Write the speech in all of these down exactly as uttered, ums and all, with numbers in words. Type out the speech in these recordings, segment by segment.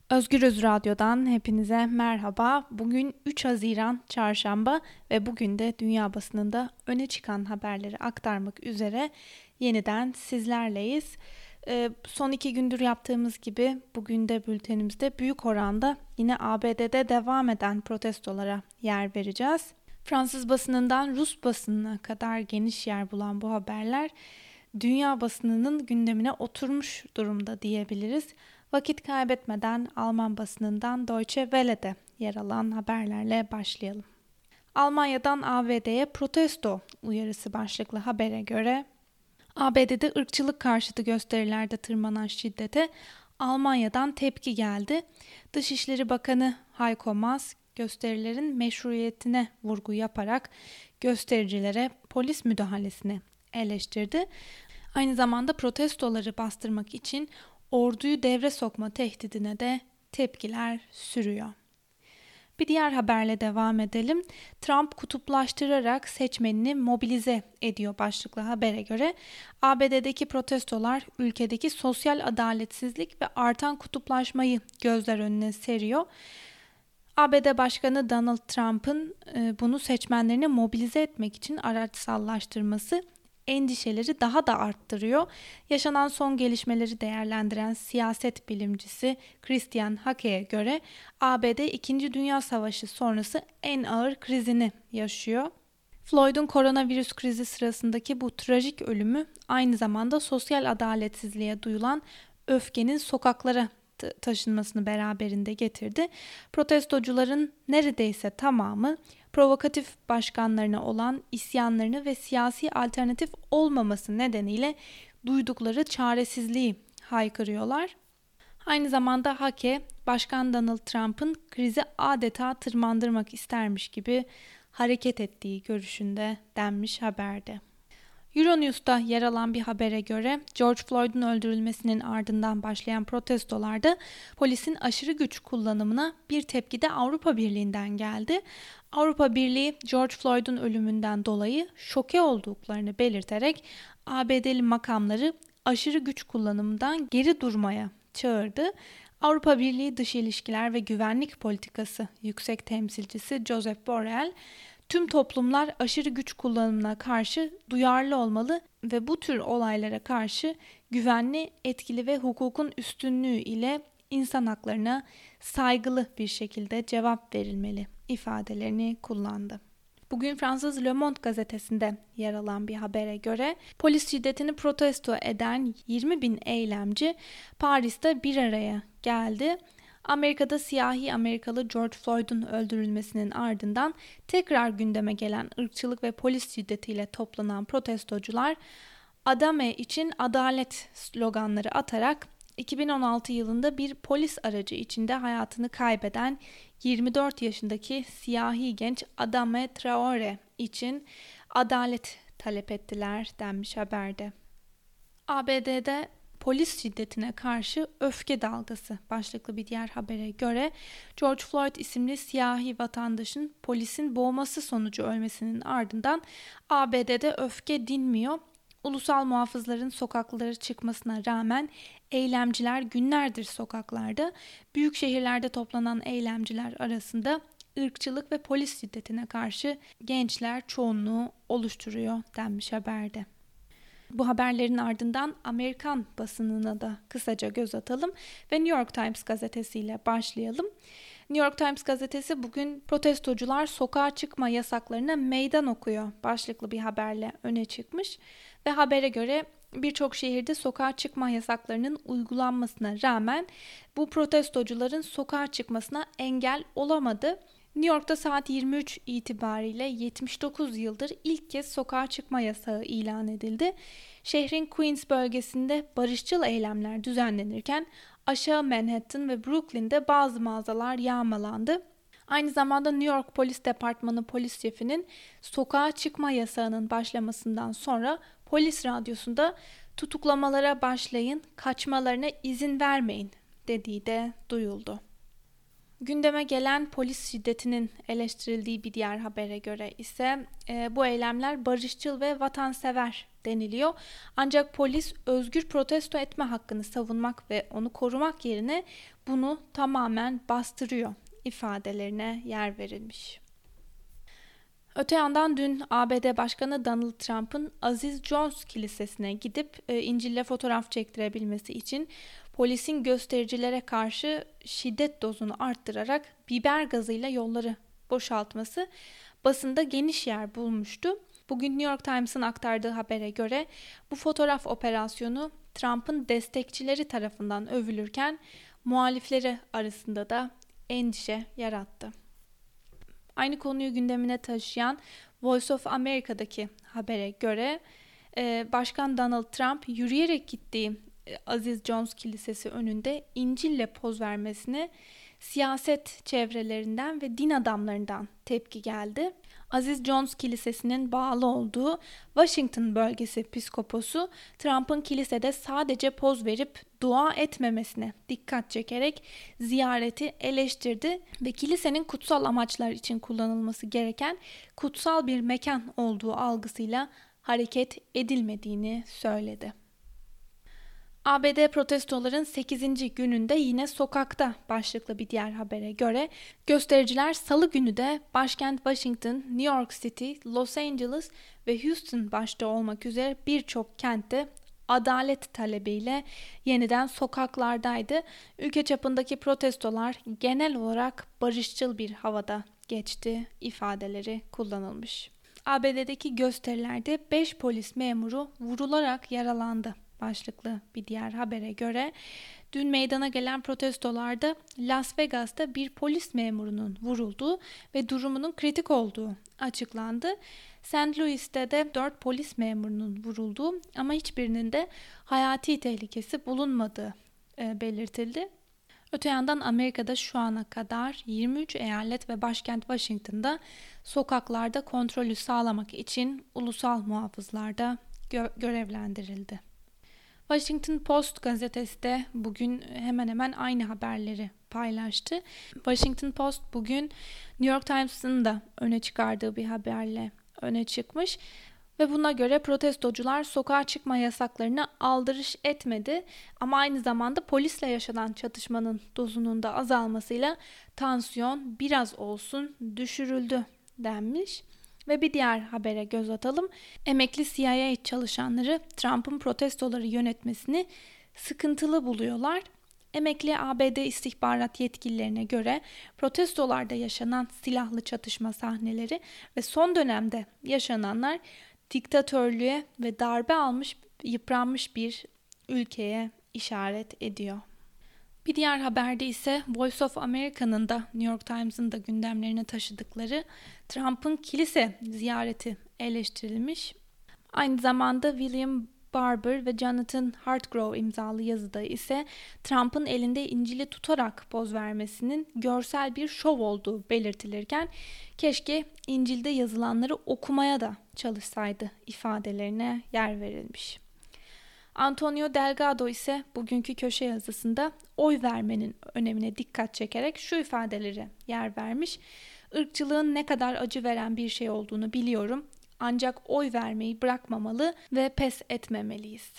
Özgürüz Radyo'dan hepinize merhaba. Bugün üç Haziran Çarşamba ve bugün de dünya basınında öne çıkan haberleri aktarmak üzere yeniden sizlerleyiz. Ee, son iki gündür yaptığımız gibi bugün de bültenimizde büyük oranda yine A B D'de devam eden protestolara yer vereceğiz. Fransız basınından Rus basınına kadar geniş yer bulan bu haberler dünya basınının gündemine oturmuş durumda diyebiliriz. Vakit kaybetmeden Alman basınından Deutsche Welle'de yer alan haberlerle başlayalım. Almanya'dan A B D'ye protesto uyarısı başlıklı habere göre A B D'de ırkçılık karşıtı gösterilerde tırmanan şiddete Almanya'dan tepki geldi. Dışişleri Bakanı Heiko Maas gösterilerin meşruiyetine vurgu yaparak göstericilere polis müdahalesini eleştirdi. Aynı zamanda protestoları bastırmak için orduyu devre sokma tehdidine de tepkiler sürüyor. Bir diğer haberle devam edelim. Trump kutuplaştırarak seçmenini mobilize ediyor başlıklı habere göre A B D'deki protestolar ülkedeki sosyal adaletsizlik ve artan kutuplaşmayı gözler önüne seriyor. A B D Başkanı Donald Trump'ın bunu seçmenlerini mobilize etmek için araçsallaştırması endişeleri daha da arttırıyor. Yaşanan son gelişmeleri değerlendiren siyaset bilimcisi Christian Hake'ye göre A B D İkinci Dünya Savaşı sonrası en ağır krizini yaşıyor. Floyd'un koronavirüs krizi sırasındaki bu trajik ölümü aynı zamanda sosyal adaletsizliğe duyulan öfkenin sokaklara taşınmasını beraberinde getirdi. Protestocuların neredeyse tamamı provokatif başkanlarına olan isyanlarını ve siyasi alternatif olmaması nedeniyle duydukları çaresizliği haykırıyorlar. Aynı zamanda Hake, Başkan Donald Trump'ın krizi adeta tırmandırmak istermiş gibi hareket ettiği görüşünde denmiş haberde. Euronews'ta yer alan bir habere göre George Floyd'un öldürülmesinin ardından başlayan protestolarda polisin aşırı güç kullanımına bir tepki de Avrupa Birliği'nden geldi. Avrupa Birliği George Floyd'un ölümünden dolayı şoke olduklarını belirterek A B D'li makamları aşırı güç kullanımından geri durmaya çağırdı. Avrupa Birliği Dış İlişkiler ve Güvenlik Politikası Yüksek Temsilcisi Josep Borrell, tüm toplumlar aşırı güç kullanımına karşı duyarlı olmalı ve bu tür olaylara karşı güvenli, etkili ve hukukun üstünlüğü ile insan haklarına saygılı bir şekilde cevap verilmeli ifadelerini kullandı. Bugün Fransız Le Monde gazetesinde yer alan bir habere göre polis şiddetini protesto eden yirmi bin eylemci Paris'te bir araya geldi. Amerika'da siyahi Amerikalı George Floyd'un öldürülmesinin ardından tekrar gündeme gelen ırkçılık ve polis şiddetiyle toplanan protestocular Adame için adalet sloganları atarak iki bin on altı yılında bir polis aracı içinde hayatını kaybeden yirmi dört yaşındaki siyahi genç Adame Traore için adalet talep ettiler denmiş haberde. A B D'de polis şiddetine karşı öfke dalgası başlıklı bir diğer habere göre George Floyd isimli siyahi vatandaşın polisin boğması sonucu ölmesinin ardından A B D'de öfke dinmiyor. Ulusal muhafızların sokaklara çıkmasına rağmen eylemciler günlerdir sokaklarda. Büyük şehirlerde toplanan eylemciler arasında ırkçılık ve polis şiddetine karşı gençler çoğunluğu oluşturuyor denmiş haberde. Bu haberlerin ardından Amerikan basınına da kısaca göz atalım ve New York Times gazetesiyle başlayalım. New York Times gazetesi bugün protestocular sokağa çıkma yasaklarına meydan okuyor başlıklı bir haberle öne çıkmış ve habere göre birçok şehirde sokağa çıkma yasaklarının uygulanmasına rağmen bu protestocuların sokağa çıkmasına engel olamadı. New York'ta saat yirmi üç itibariyle yetmiş dokuz yıldır ilk kez sokağa çıkma yasağı ilan edildi. Şehrin Queens bölgesinde barışçıl eylemler düzenlenirken aşağı Manhattan ve Brooklyn'de bazı mağazalar yağmalandı. Aynı zamanda New York Polis Departmanı polis şefinin sokağa çıkma yasağının başlamasından sonra polis radyosunda tutuklamalara başlayın, kaçmalarına izin vermeyin dediği de duyuldu. Gündeme gelen polis şiddetinin eleştirildiği bir diğer habere göre ise e, bu eylemler barışçıl ve vatansever deniliyor. Ancak polis özgür protesto etme hakkını savunmak ve onu korumak yerine bunu tamamen bastırıyor ifadelerine yer verilmiş. Öte yandan dün A B D Başkanı Donald Trump'ın Aziz Jones Kilisesi'ne gidip e, İncil'le fotoğraf çektirebilmesi için polisin göstericilere karşı şiddet dozunu arttırarak biber gazıyla yolları boşaltması basında geniş yer bulmuştu. Bugün New York Times'ın aktardığı habere göre bu fotoğraf operasyonu Trump'ın destekçileri tarafından övülürken muhalifleri arasında da endişe yarattı. Aynı konuyu gündemine taşıyan Voice of America'daki habere göre Başkan Donald Trump yürüyerek gittiği Aziz Jones Kilisesi önünde İncil'le poz vermesine siyaset çevrelerinden ve din adamlarından tepki geldi. Aziz Jones Kilisesi'nin bağlı olduğu Washington bölgesi piskoposu Trump'ın kilisede sadece poz verip dua etmemesine dikkat çekerek ziyareti eleştirdi ve kilisenin kutsal amaçlar için kullanılması gereken kutsal bir mekan olduğu algısıyla hareket edilmediğini söyledi. A B D protestoların sekizinci gününde yine sokakta başlıklı bir diğer habere göre göstericiler Salı günü de başkent Washington, New York City, Los Angeles ve Houston başta olmak üzere birçok kentte adalet talebiyle yeniden sokaklardaydı. Ülke çapındaki protestolar genel olarak barışçıl bir havada geçti ifadeleri kullanılmış. A B D'deki gösterilerde beş polis memuru vurularak yaralandı başlıklı bir diğer habere göre dün meydana gelen protestolarda Las Vegas'ta bir polis memurunun vurulduğu ve durumunun kritik olduğu açıklandı. Saint Louis'te de dört polis memurunun vurulduğu ama hiçbirinin de hayati tehlikesi bulunmadığı e, belirtildi. Öte yandan Amerika'da şu ana kadar yirmi üç eyalet ve başkent Washington'da sokaklarda kontrolü sağlamak için ulusal muhafızlar da gö- görevlendirildi. Washington Post gazetesi de bugün hemen hemen aynı haberleri paylaştı. Washington Post bugün New York Times'ın da öne çıkardığı bir haberle öne çıkmış ve buna göre protestocular sokağa çıkma yasaklarına aldırış etmedi ama aynı zamanda polisle yaşanan çatışmanın dozunun da azalmasıyla tansiyon biraz olsun düşürüldü denmiş. Ve bir diğer habere göz atalım. Emekli C I A çalışanları Trump'ın protestoları yönetmesini sıkıntılı buluyorlar. Emekli A B D istihbarat yetkililerine göre protestolarda yaşanan silahlı çatışma sahneleri ve son dönemde yaşananlar diktatörlüğe ve darbe almış, yıpranmış bir ülkeye işaret ediyor. Bir diğer haberde ise Voice of America'nın da New York Times'ın da gündemlerine taşıdıkları Trump'ın kilise ziyareti eleştirilmiş. Aynı zamanda William Barber ve Jonathan Hartgrove imzalı yazıda ise Trump'ın elinde İncil'i tutarak poz vermesinin görsel bir şov olduğu belirtilirken keşke İncil'de yazılanları okumaya da çalışsaydı ifadelerine yer verilmiş. Antonio Delgado ise bugünkü köşe yazısında oy vermenin önemine dikkat çekerek şu ifadeleri yer vermiş. Irkçılığın ne kadar acı veren bir şey olduğunu biliyorum. Ancak oy vermeyi bırakmamalı ve pes etmemeliyiz.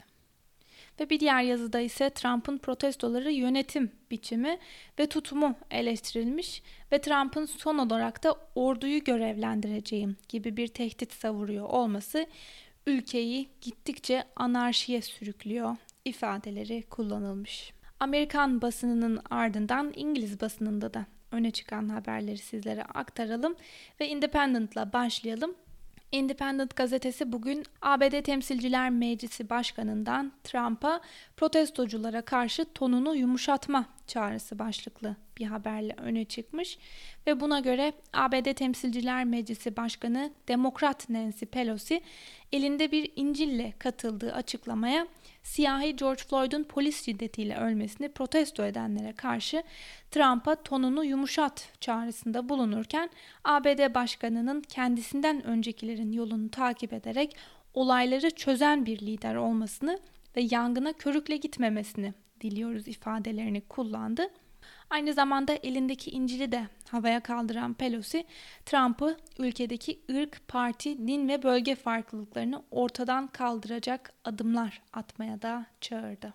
Ve bir diğer yazıda ise Trump'ın protestoları yönetim biçimi ve tutumu eleştirilmiş ve Trump'ın son olarak da orduyu görevlendireceğim gibi bir tehdit savuruyor olması ülkeyi gittikçe anarşiye sürüklüyor ifadeleri kullanılmış. Amerikan basınının ardından İngiliz basınında da öne çıkan haberleri sizlere aktaralım ve Independent'la başlayalım. Independent gazetesi bugün A B D Temsilciler Meclisi Başkanı'ndan Trump'a protestoculara karşı tonunu yumuşatma çağrısı başlıklı bir haberle öne çıkmış ve buna göre A B D Temsilciler Meclisi Başkanı Demokrat Nancy Pelosi elinde bir İncil'le katıldığı açıklamaya siyahi George Floyd'un polis şiddetiyle ölmesini protesto edenlere karşı Trump'a tonunu yumuşat çağrısında bulunurken A B D Başkanı'nın kendisinden öncekilerin yolunu takip ederek olayları çözen bir lider olmasını ve yangına körükle gitmemesini diliyoruz ifadelerini kullandı. Aynı zamanda elindeki İncil'i de havaya kaldıran Pelosi, Trump'ı ülkedeki ırk, parti, din ve bölge farklılıklarını ortadan kaldıracak adımlar atmaya da çağırdı.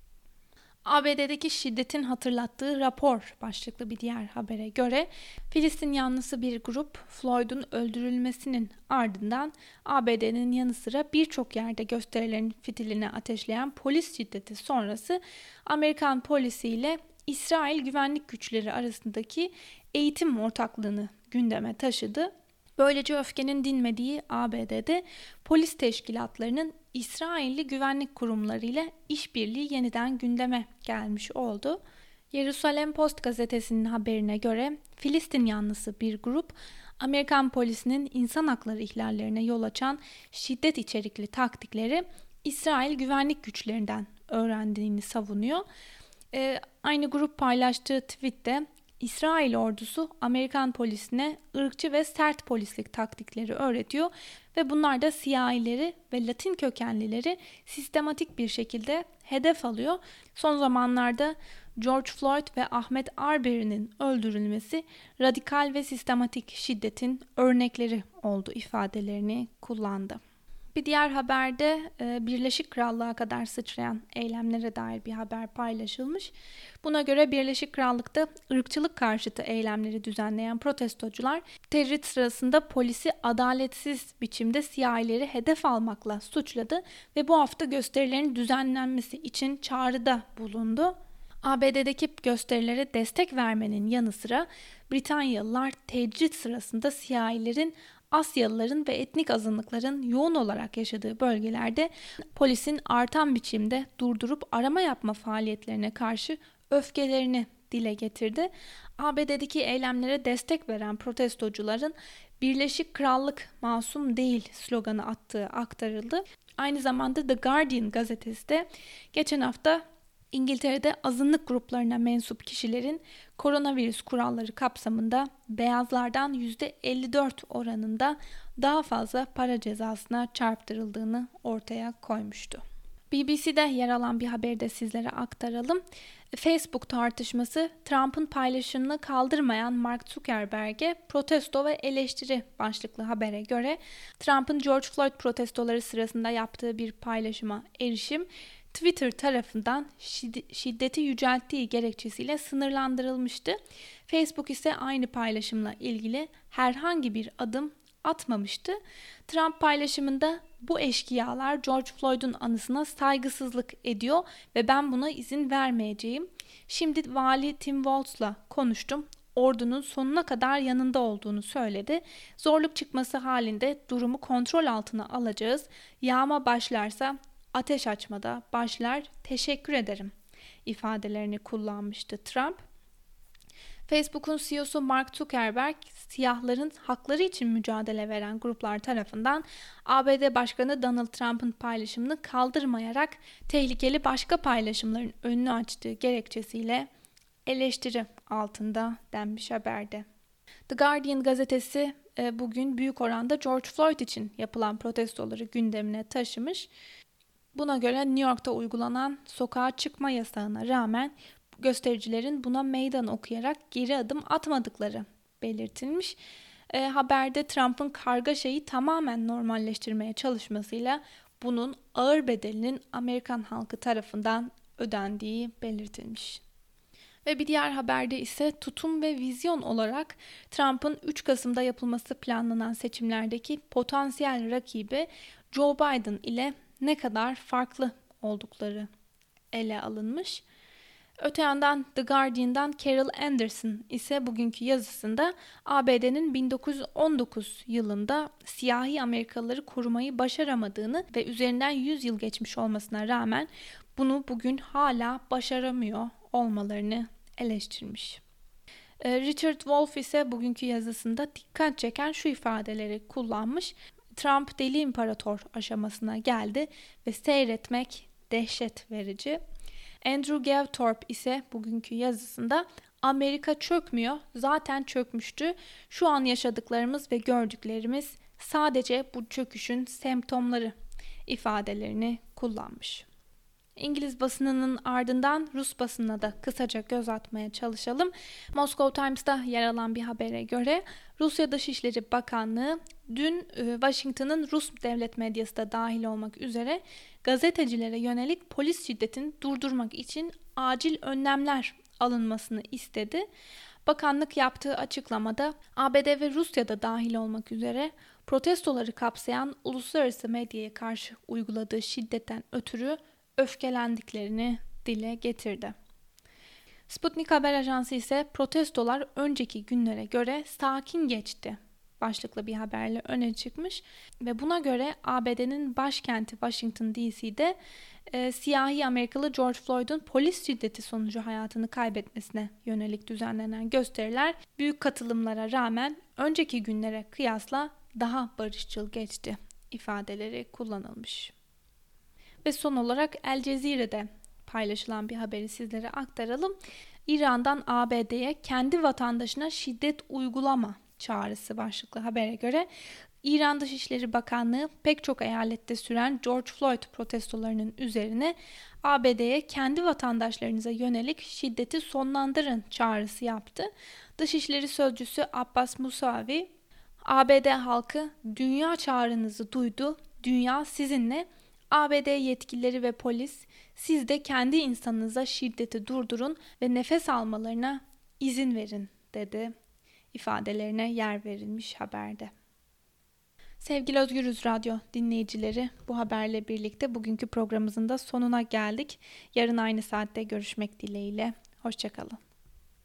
A B D'deki şiddetin hatırlattığı rapor başlıklı bir diğer habere göre Filistin yanlısı bir grup Floyd'un öldürülmesinin ardından A B D'nin yanı sıra birçok yerde gösterilerin fitilini ateşleyen polis şiddeti sonrası Amerikan polisiyle İsrail güvenlik güçleri arasındaki eğitim ortaklığını gündeme taşıdı. Böylece öfkenin dinmediği A B D'de polis teşkilatlarının İsrailli güvenlik kurumları ile işbirliği yeniden gündeme gelmiş oldu. Jerusalem Post gazetesinin haberine göre Filistin yanlısı bir grup Amerikan polisinin insan hakları ihlallerine yol açan şiddet içerikli taktikleri İsrail güvenlik güçlerinden öğrendiğini savunuyor. Ee, aynı grup paylaştığı tweette İsrail ordusu Amerikan polisine ırkçı ve sert polislik taktikleri öğretiyor ve bunlar da siyahileri ve Latin kökenlileri sistematik bir şekilde hedef alıyor. Son zamanlarda George Floyd ve Ahmet Arbery'nin öldürülmesi radikal ve sistematik şiddetin örnekleri oldu ifadelerini kullandı. Bir diğer haberde Birleşik Krallık'a kadar sıçrayan eylemlere dair bir haber paylaşılmış. Buna göre Birleşik Krallık'ta ırkçılık karşıtı eylemleri düzenleyen protestocular terör sırasında polisi adaletsiz biçimde siyahileri hedef almakla suçladı ve bu hafta gösterilerin düzenlenmesi için çağrıda bulundu. A B D'deki gösterilere destek vermenin yanı sıra Britanyalılar tecrit sırasında siyahilerin Asyalıların ve etnik azınlıkların yoğun olarak yaşadığı bölgelerde polisin artan biçimde durdurup arama yapma faaliyetlerine karşı öfkelerini dile getirdi. A B D'deki eylemlere destek veren protestocuların Birleşik Krallık masum değil sloganı attığı aktarıldı. Aynı zamanda The Guardian gazetesi de geçen hafta İngiltere'de azınlık gruplarına mensup kişilerin koronavirüs kuralları kapsamında beyazlardan yüzde elli dört oranında daha fazla para cezasına çarptırıldığını ortaya koymuştu. B B C'de yer alan bir haberi de sizlere aktaralım. Facebook tartışması Trump'ın paylaşımını kaldırmayan Mark Zuckerberg'e protesto ve eleştiri başlıklı habere göre Trump'ın George Floyd protestoları sırasında yaptığı bir paylaşıma erişim Twitter tarafından şiddeti yücelttiği gerekçesiyle sınırlandırılmıştı. Facebook ise aynı paylaşımla ilgili herhangi bir adım atmamıştı. Trump paylaşımında bu eşkıyalar George Floyd'un anısına saygısızlık ediyor ve ben buna izin vermeyeceğim. Şimdi vali Tim Walz'la konuştum. Ordunun sonuna kadar yanında olduğunu söyledi. Zorluk çıkması halinde durumu kontrol altına alacağız. Yağma başlarsa ateş açmada başlar, teşekkür ederim ifadelerini kullanmıştı Trump. Facebook'un C E O'su Mark Zuckerberg, siyahların hakları için mücadele veren gruplar tarafından A B D Başkanı Donald Trump'ın paylaşımını kaldırmayarak tehlikeli başka paylaşımların önünü açtığı gerekçesiyle eleştiri altında denmiş haberde. The Guardian gazetesi e, bugün büyük oranda George Floyd için yapılan protestoları gündemine taşımış. Buna göre New York'ta uygulanan sokağa çıkma yasağına rağmen göstericilerin buna meydan okuyarak geri adım atmadıkları belirtilmiş. E, haberde Trump'ın kargaşayı tamamen normalleştirmeye çalışmasıyla bunun ağır bedelinin Amerikan halkı tarafından ödendiği belirtilmiş. Ve bir diğer haberde ise tutum ve vizyon olarak Trump'ın üç Kasım'da yapılması planlanan seçimlerdeki potansiyel rakibi Joe Biden ile ne kadar farklı oldukları ele alınmış. Öte yandan The Guardian'dan Carol Anderson ise bugünkü yazısında A B D'nin bin dokuz yüz on dokuz yılında siyahi Amerikalıları korumayı başaramadığını ve üzerinden yüz yıl geçmiş olmasına rağmen bunu bugün hala başaramıyor olmalarını eleştirmiş. Richard Wolff ise bugünkü yazısında dikkat çeken şu ifadeleri kullanmış. Trump deli imparator aşamasına geldi ve seyretmek dehşet verici. Andrew Gavthorpe ise bugünkü yazısında Amerika çökmüyor, zaten çökmüştü. Şu an yaşadıklarımız ve gördüklerimiz sadece bu çöküşün semptomları ifadelerini kullanmış. İngiliz basınının ardından Rus basınına da kısaca göz atmaya çalışalım. Moscow Times'ta yer alan bir habere göre Rusya Dışişleri Bakanlığı dün Washington'ın Rus devlet medyası da dahil olmak üzere gazetecilere yönelik polis şiddetini durdurmak için acil önlemler alınmasını istedi. Bakanlık yaptığı açıklamada A B D ve Rusya'da dahil olmak üzere protestoları kapsayan uluslararası medyaya karşı uyguladığı şiddetten ötürü öfkelendiklerini dile getirdi. Sputnik Haber Ajansı ise protestolar önceki günlere göre sakin geçti başlıklı bir haberle öne çıkmış ve buna göre A B D'nin başkenti Washington D C'de e, siyahi Amerikalı George Floyd'un polis şiddeti sonucu hayatını kaybetmesine yönelik düzenlenen gösteriler büyük katılımlara rağmen önceki günlere kıyasla daha barışçıl geçti ifadeleri kullanılmış. Ve son olarak El Cezire'de paylaşılan bir haberi sizlere aktaralım. İran'dan A B D'ye kendi vatandaşına şiddet uygulama çağrısı başlıklı habere göre İran Dışişleri Bakanlığı pek çok eyalette süren George Floyd protestolarının üzerine A B D'ye kendi vatandaşlarınıza yönelik şiddeti sonlandırın çağrısı yaptı. Dışişleri Sözcüsü Abbas Musavi, A B D halkı dünya çağrınızı duydu, dünya sizinle. A B D yetkilileri ve polis, siz de kendi insanınıza şiddeti durdurun ve nefes almalarına izin verin dedi. İfadelerine yer verilmiş haberde. Sevgili Özgürüz Radyo dinleyicileri, bu haberle birlikte bugünkü programımızın da sonuna geldik. Yarın aynı saatte görüşmek dileğiyle. Hoşça kalın.